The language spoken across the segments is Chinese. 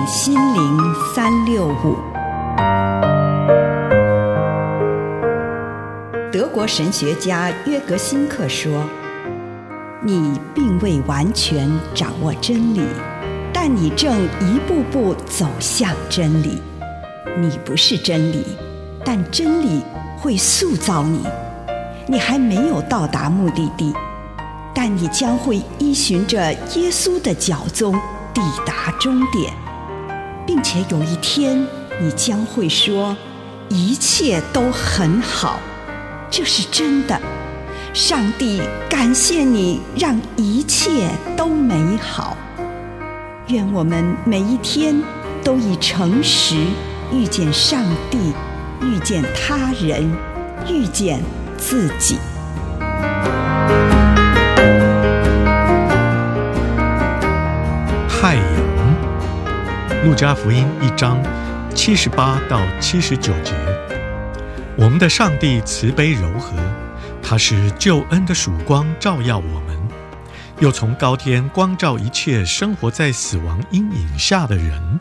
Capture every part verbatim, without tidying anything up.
心灵三六五。德国神学家约格辛克说，你并未完全掌握真理，但你正一步步走向真理。你不是真理，但真理会塑造你。你还没有到达目的地，但你将会依循着耶稣的脚踪抵达终点，并且有一天你将会说，一切都很好。这是真的，上帝感谢你让一切都美好。愿我们每一天都以诚实遇见上帝，遇见他人，遇见自己。 太阳，路加福音一章七十八到七十九节。我们的上帝慈悲柔和，他是救恩的曙光，照耀我们，又从高天光照一切生活在死亡阴影下的人。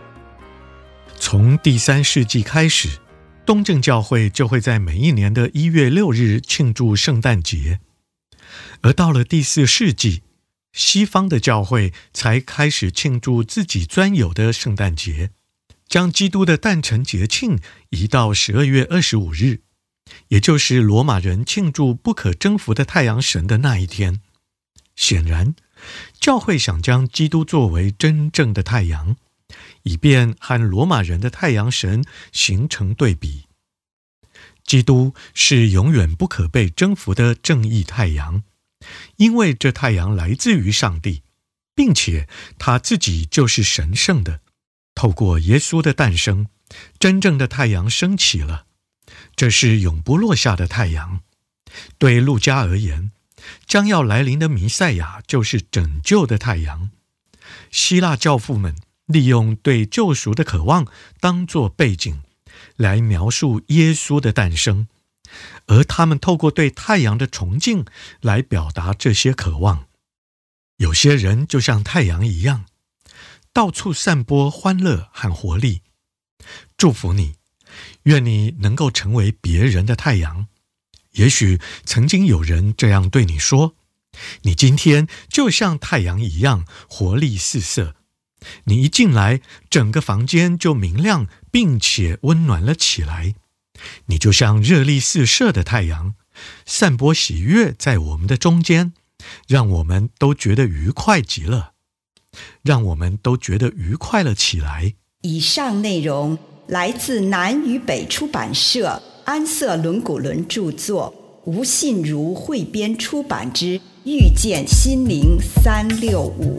从第三世纪开始，东正教会就会在每一年的一月六日庆祝圣诞节，而到了第四世纪，西方的教会才开始庆祝自己专有的圣诞节，将基督的诞辰节庆移到十二月二十五日，也就是罗马人庆祝不可征服的太阳神的那一天。显然，教会想将基督作为真正的太阳，以便和罗马人的太阳神形成对比。基督是永远不可被征服的正义太阳，因为这太阳来自于上帝，并且他自己就是神圣的。透过耶稣的诞生，真正的太阳升起了，这是永不落下的太阳。对路加而言，将要来临的弥赛亚就是拯救的太阳。希腊教父们利用对救赎的渴望当作背景，来描述耶稣的诞生，而他们透过对太阳的崇敬来表达这些渴望。有些人就像太阳一样，到处散播欢乐和活力。祝福你，愿你能够成为别人的太阳。也许曾经有人这样对你说，你今天就像太阳一样活力四射，你一进来，整个房间就明亮并且温暖了起来。你就像热力四射的太阳，散播喜悦在我们的中间，让我们都觉得愉快极了，让我们都觉得愉快了起来。 以上内容来自南与北出版社安瑟伦古伦著作，吴信如汇编出版之《遇见心灵三六五》。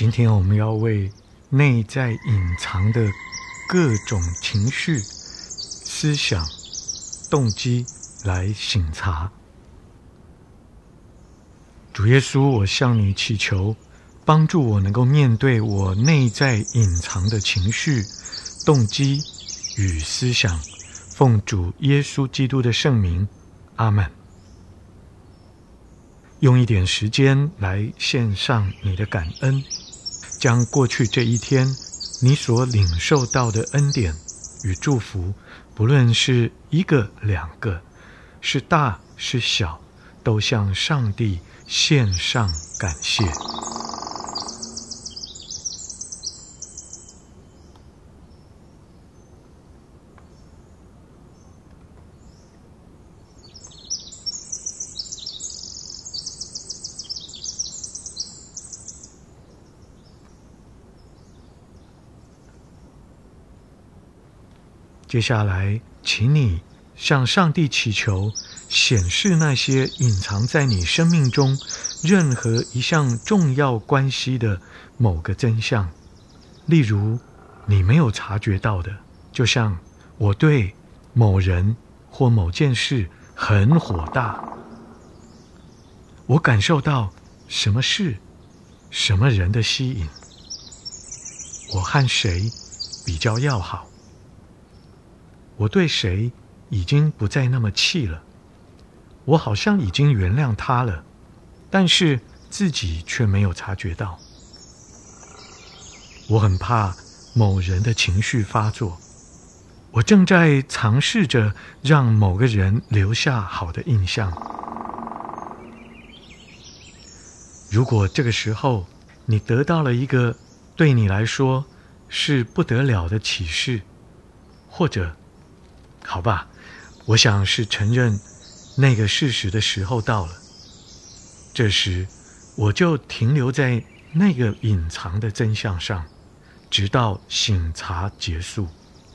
今天我们要为内在隐藏的各种情绪、思想、动机来省察。主耶稣，我向你祈求，帮助我能够面对我内在隐藏的情绪、动机与思想。奉主耶稣基督的圣名，阿们。用一点时间来献上你的感恩，将过去这一天你所领受到的恩典与祝福，不论是一个两个，是大是小，都向上帝献上感谢。接下来，请你向上帝祈求，显示那些隐藏在你生命中任何一项重要关系的某个真相。例如，你没有察觉到的，就像我对某人或某件事很火大，我感受到什么事、什么人的吸引，我和谁比较要好，我对谁已经不再那么气了，我好像已经原谅他了，但是自己却没有察觉到。我很怕某人的情绪发作，我正在尝试着让某个人留下好的印象。如果这个时候你得到了一个对你来说是不得了的启示，或者好吧，我想是承认那个事实的时候到了。这时，我就停留在那个隐藏的真相上，直到省察结束。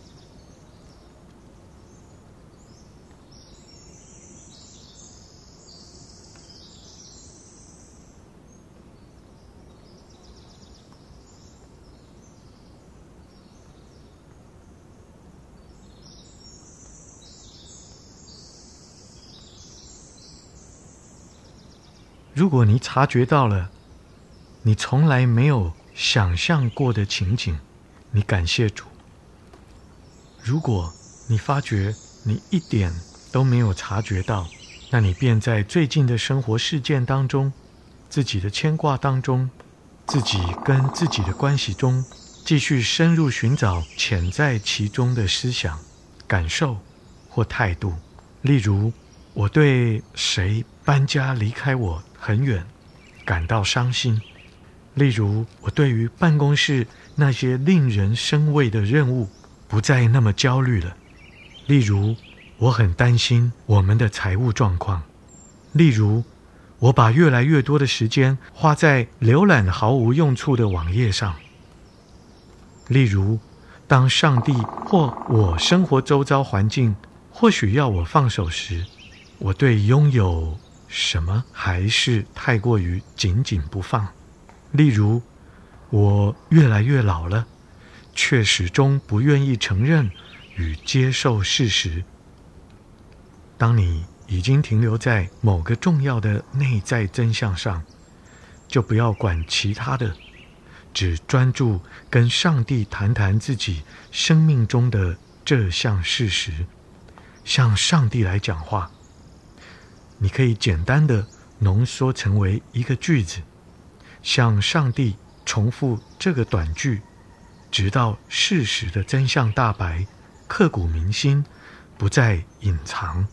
如果你察觉到了你从来没有想象过的情景，你感谢主。如果你发觉你一点都没有察觉到，那你便在最近的生活事件当中，自己的牵挂当中，自己跟自己的关系中，继续深入寻找潜在其中的思想、感受或态度。例如，我对谁搬家离开我很远感到伤心。例如，我对于办公室那些令人生畏的任务不再那么焦虑了。例如，我很担心我们的财务状况。例如，我把越来越多的时间花在浏览毫无用处的网页上。例如，当上帝或我生活周遭环境或许要我放手时，我对拥有什么还是太过于紧紧不放。例如，我越来越老了，却始终不愿意承认与接受事实。当你已经停留在某个重要的内在真相上，就不要管其他的，只专注跟上帝谈谈自己生命中的这项事实，向上帝来讲话。你可以简单的浓缩成为一个句子，向上帝重复这个短句，直到事实的真相大白，刻骨铭心，不再隐藏。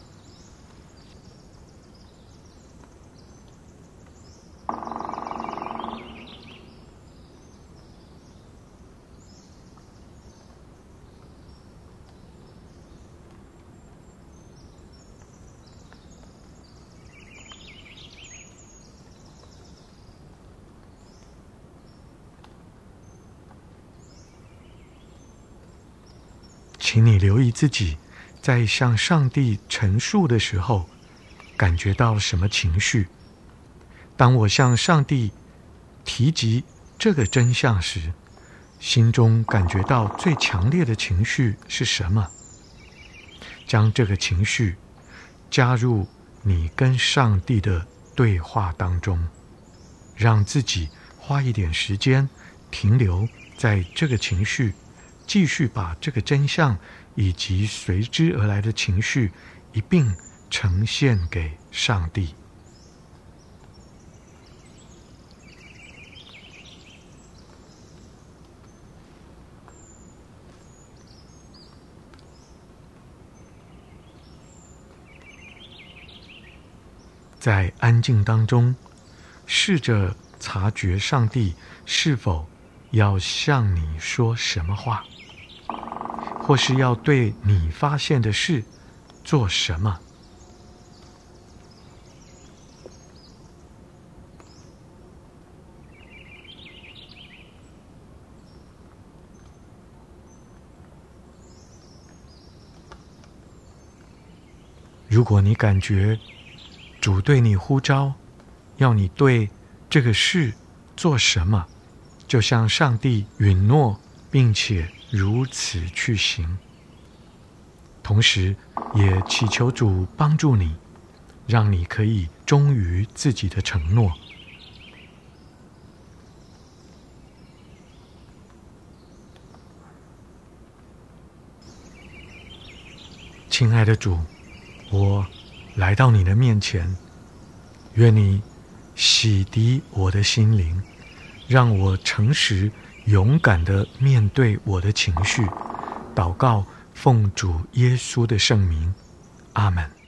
请你留意自己在向上帝陈述的时候，感觉到什么情绪。当我向上帝提及这个真相时，心中感觉到最强烈的情绪是什么？将这个情绪加入你跟上帝的对话当中，让自己花一点时间停留在这个情绪，继续把这个真相以及随之而来的情绪一并呈现给上帝。在安静当中，试着察觉上帝是否要向你说什么话，或是要对你发现的事做什么。如果你感觉主对你呼召，要你对这个事做什么，就向上帝允诺，并且如此去行。同时也祈求主帮助你，让你可以忠于自己的承诺。亲爱的主，我来到你的面前，愿你洗涤我的心灵，让我诚实勇敢地面对我的情绪。祷告奉主耶稣的圣名，阿们。